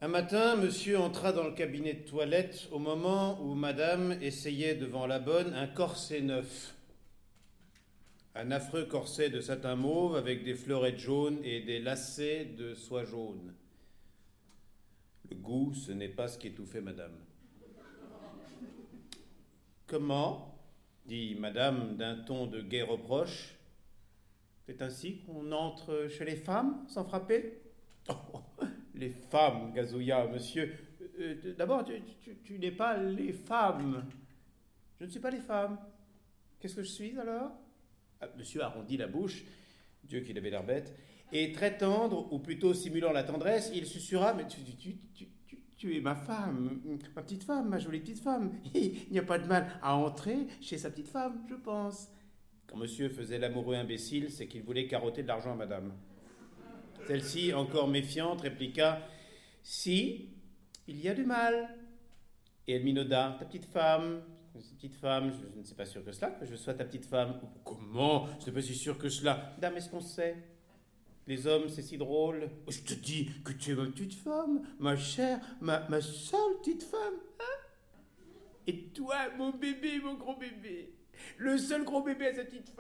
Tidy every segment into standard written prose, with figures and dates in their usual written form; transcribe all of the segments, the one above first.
Un matin, monsieur entra dans le cabinet de toilette au moment où madame essayait devant la bonne un corset neuf. Un affreux corset de satin mauve avec des fleurettes jaunes et des lacets de soie jaune. Le goût, ce n'est pas ce qu'étouffait madame. « Comment ?» dit madame d'un ton de gai reproche. « C'est ainsi qu'on entre chez les femmes sans frapper ?»« Oh, les femmes, gazouilla, monsieur. D'abord, tu n'es pas les femmes. »« Je ne suis pas les femmes. Qu'est-ce que je suis alors ?» Monsieur arrondit la bouche, Dieu qu'il avait l'air bête, et très tendre, ou plutôt simulant la tendresse, il susurra « Mais tu es ma femme, ma petite femme, ma jolie petite femme. Il n'y a pas de mal à entrer chez sa petite femme, je pense. » Quand monsieur faisait l'amoureux imbécile, c'est qu'il voulait carotter de l'argent à madame. Celle-ci, encore méfiante, répliqua « Si, il y a du mal. » Et elle minauda « Ta petite femme, je ne suis pas sûr que cela, que je sois ta petite femme. »« Comment ? Je ne suis pas si sûr que cela. »« Dame, est-ce qu'on sait ? Les hommes, c'est si drôle. »« Je te dis que tu es ma petite femme, ma chère, ma seule petite femme. Hein ? Et toi, mon bébé, mon gros bébé, le seul gros bébé à sa petite femme. »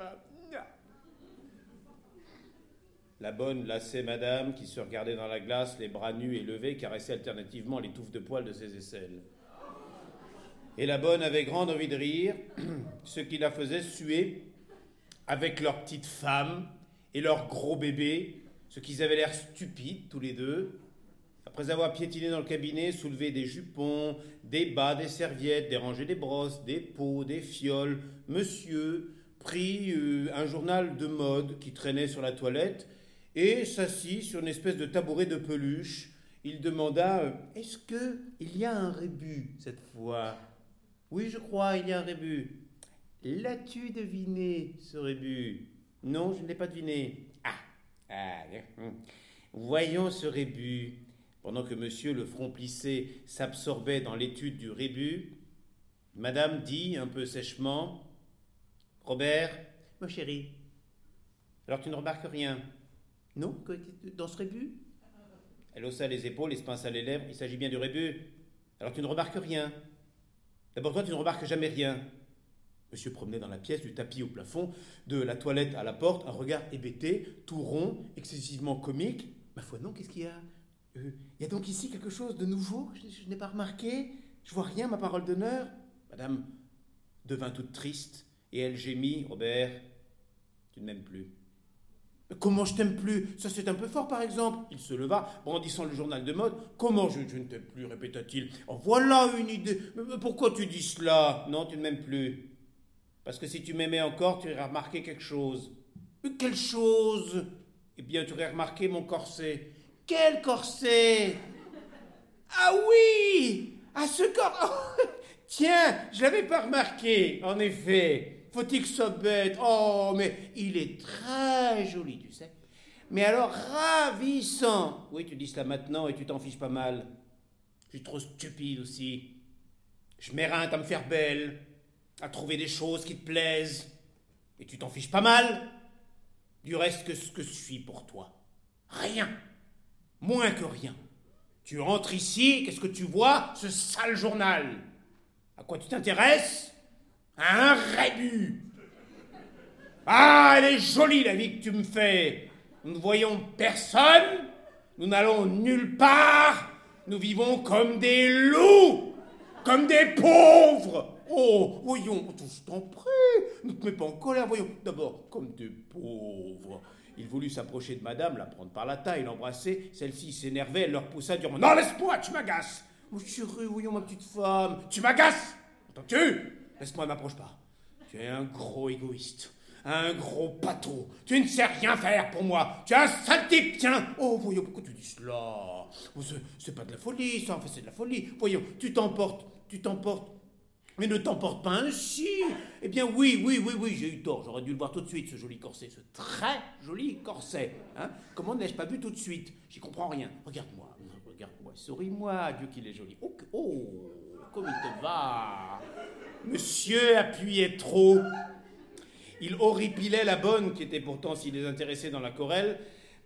La bonne lassait madame, qui se regardait dans la glace, les bras nus et levés, caressait alternativement les touffes de poils de ses aisselles. Et la bonne avait grande envie de rire, ce qui la faisait suer avec leur petite femme et leur gros bébé, ce qu'ils avaient l'air stupides tous les deux. Après avoir piétiné dans le cabinet, soulevé des jupons, des bas, des serviettes, dérangé des brosses, des pots, des fioles, monsieur prit un journal de mode qui traînait sur la toilette et s'assit sur une espèce de tabouret de peluche. Il demanda « Est-ce qu'il y a un rébut cette fois ?»« Oui, je crois, il y a un rébut. »« L'as-tu deviné, ce rébut ?»« Non, je ne l'ai pas deviné. »« Voyons ce rébut. » Pendant que monsieur, le front plissé, s'absorbait dans l'étude du rébut, madame dit un peu sèchement « Robert, mon chéri, alors tu ne remarques rien ? Non, dans ce rébut ?» Elle haussa les épaules et se pinça les lèvres. « Il s'agit bien du rébut. Alors tu ne remarques rien. D'abord toi, tu ne remarques jamais rien. » Monsieur promenait dans la pièce, du tapis au plafond, de la toilette à la porte, un regard hébété, tout rond, excessivement comique. « Ma foi non, qu'est-ce qu'il y a ? Il y a donc ici quelque chose de nouveau que je n'ai pas remarqué. Je vois rien, ma parole d'honneur. » Madame devint toute triste et elle gémit. « Robert, tu ne m'aimes plus. » « Comment je t'aime plus ? Ça c'est un peu fort par exemple. » Il se leva, brandissant le journal de mode. « Comment je ne t'aime plus ?» répéta-t-il. « Oh, voilà une idée. Mais pourquoi tu dis cela ? Non, tu ne m'aimes plus. Parce que si tu m'aimais encore, tu aurais remarqué quelque chose. »« Mais quelle chose ? » ?»« Eh bien, tu aurais remarqué mon corset. »« Quel corset ? » ?»« Ah oui ! Ah, ce corset. Oh, tiens, je l'avais pas remarqué, en effet. Faut-il que ce soit bête ? Oh, mais il est très joli, tu sais. Mais alors, ravissant. Oui, tu dis cela maintenant et tu t'en fiches pas mal. Je suis trop stupide aussi. Je m'éreinte à me faire belle, à trouver des choses qui te plaisent. Et tu t'en fiches pas mal. Du reste, que ce que je suis pour toi. Rien. Moins que rien. Tu entres ici, qu'est-ce que tu vois ? Ce sale journal. À quoi tu t'intéresses ? Un rébut. Ah, elle est jolie la vie que tu me fais. Nous ne voyons personne, nous n'allons nulle part, nous vivons comme des loups, comme des pauvres. Oh, voyons, je t'en prie, ne te mets pas en colère, voyons. D'abord, comme des pauvres. Il voulut s'approcher de madame, la prendre par la taille, l'embrasser. Celle-ci s'énervait, elle leur poussa durement. Non, laisse-moi, tu m'agaces. Oh, chérie, voyons ma petite femme, tu m'agaces. Entends-tu ? Laisse-moi, ne m'approche pas. Tu es un gros égoïste, un gros pâteau. Tu ne sais rien faire pour moi. Tu es un sale type, tiens. Oh, voyons, pourquoi tu dis cela ? Oh, c'est pas de la folie, ça. Enfin, c'est de la folie. Voyons, tu t'emportes. Mais ne t'emporte pas ainsi. Eh bien, oui, j'ai eu tort. J'aurais dû le voir tout de suite, ce joli corset, ce très joli corset. Hein ? Comment ne l'ai-je pas vu tout de suite ? J'y comprends rien. Regarde-moi, souris-moi, Dieu qu'il est joli. Oh, comme il te va. Monsieur appuyait trop. Il horripilait la bonne, qui était pourtant si désintéressée dans la querelle.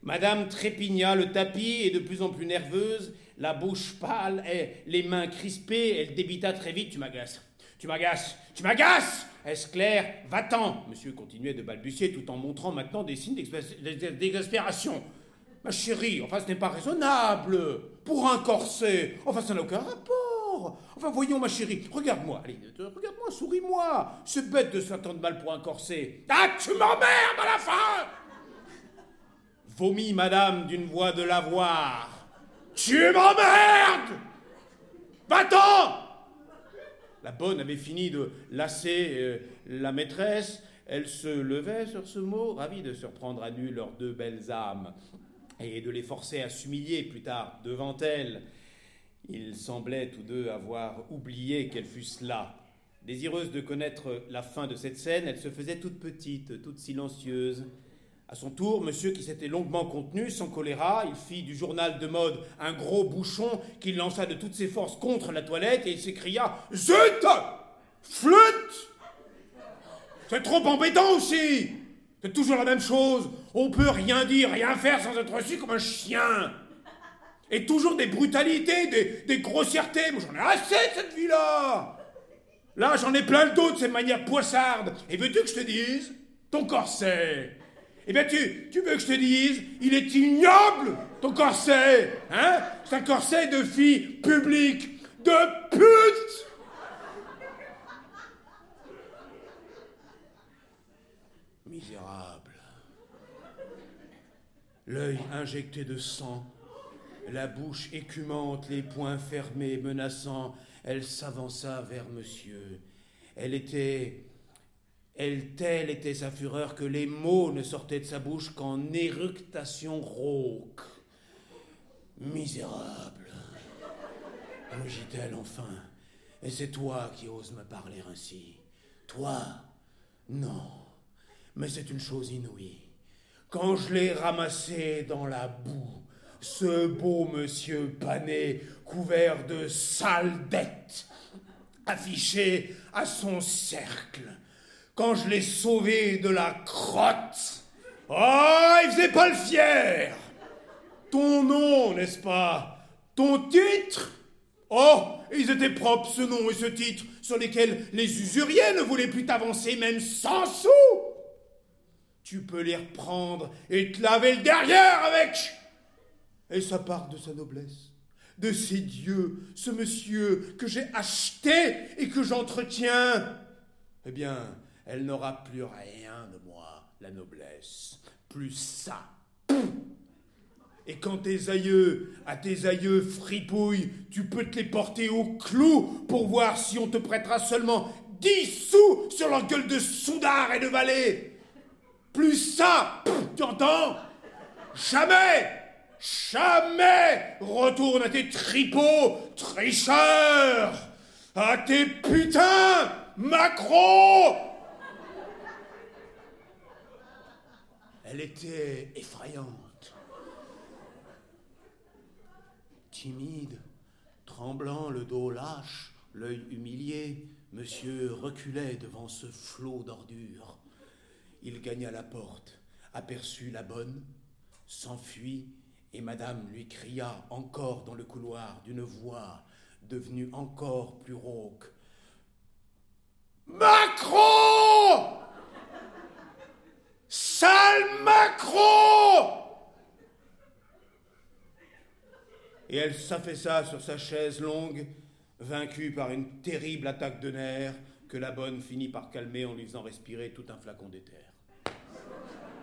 Madame trépigna le tapis et de plus en plus nerveuse, la bouche pâle et les mains crispées, elle débita très vite. Tu m'agaces, tu m'agaces, tu m'agaces. Est-ce clair? Va-t'en. Monsieur continuait de balbutier tout en montrant maintenant des signes d'exaspération. Ma chérie, enfin ce n'est pas raisonnable. Pour un corset, enfin ça n'a aucun rapport. Enfin voyons ma chérie, regarde-moi, allez, regarde-moi, souris-moi. C'est bête de s'attendre mal pour un corset. Ah, tu m'emmerdes à la fin. Vomit madame d'une voix de lavoir. Tu m'emmerdes. Va-t'en. La bonne avait fini de lasser la maîtresse. Elle se levait sur ce mot, ravie de surprendre à nu leurs deux belles âmes et de les forcer à s'humilier plus tard devant elle. Ils semblaient tous deux avoir oublié qu'elles fussent là. Désireuses de connaître la fin de cette scène, elles se faisaient toutes petites, toutes silencieuses. À son tour, monsieur, qui s'était longuement contenu, sans choléra, il fit du journal de mode un gros bouchon qu'il lança de toutes ses forces contre la toilette et il s'écria « Zut! Flûte! C'est trop embêtant aussi! C'est toujours la même chose. On peut rien dire, rien faire sans être reçu comme un chien. Et toujours des brutalités, des grossièretés. Moi, j'en ai assez de cette vie-là. Là, j'en ai plein le dos de ces manières poissardes. Et veux-tu que je te dise? Ton corset. Eh bien, tu veux que je te dise? Il est ignoble, ton corset. Hein? C'est un corset de fille publique, de pute. Misérable. L'œil injecté de sang, la bouche écumante, les poings fermés, menaçant, elle s'avança vers monsieur. Telle était sa fureur que les mots ne sortaient de sa bouche qu'en éructations rauques. Misérable, rugit-elle enfin, et c'est toi qui oses me parler ainsi. Toi? Non, mais c'est une chose inouïe. Quand je l'ai ramassé dans la boue, ce beau monsieur pané, couvert de sales dettes, affiché à son cercle, quand je l'ai sauvé de la crotte, oh, il faisait pas le fier. Ton nom, n'est-ce pas? Ton titre? Oh, ils étaient propres, ce nom et ce titre, sur lesquels les usuriers ne voulaient plus t'avancer même 100 sous. Tu peux les reprendre et te laver le derrière avec. Et ça part de sa noblesse, de ses dieux, ce monsieur que j'ai acheté et que j'entretiens. Eh bien, elle n'aura plus rien de moi, la noblesse, plus ça. Et quand à tes aïeux fripouilles, tu peux te les porter au clou pour voir si on te prêtera seulement 10 sous sur leur gueule de soudard et de valet. Plus ça, tu entends? Jamais retourne à tes tripots, tricheurs, à tes putains, macros. Elle était effrayante. Timide, tremblant, le dos lâche, l'œil humilié, monsieur reculait devant ce flot d'ordures. Il gagna la porte, aperçut la bonne, s'enfuit, et madame lui cria encore dans le couloir d'une voix devenue encore plus rauque. « Macron! Sale Macron !» Et elle s'affaissa sur sa chaise longue, vaincue par une terrible attaque de nerfs que la bonne finit par calmer en lui faisant respirer tout un flacon d'éther.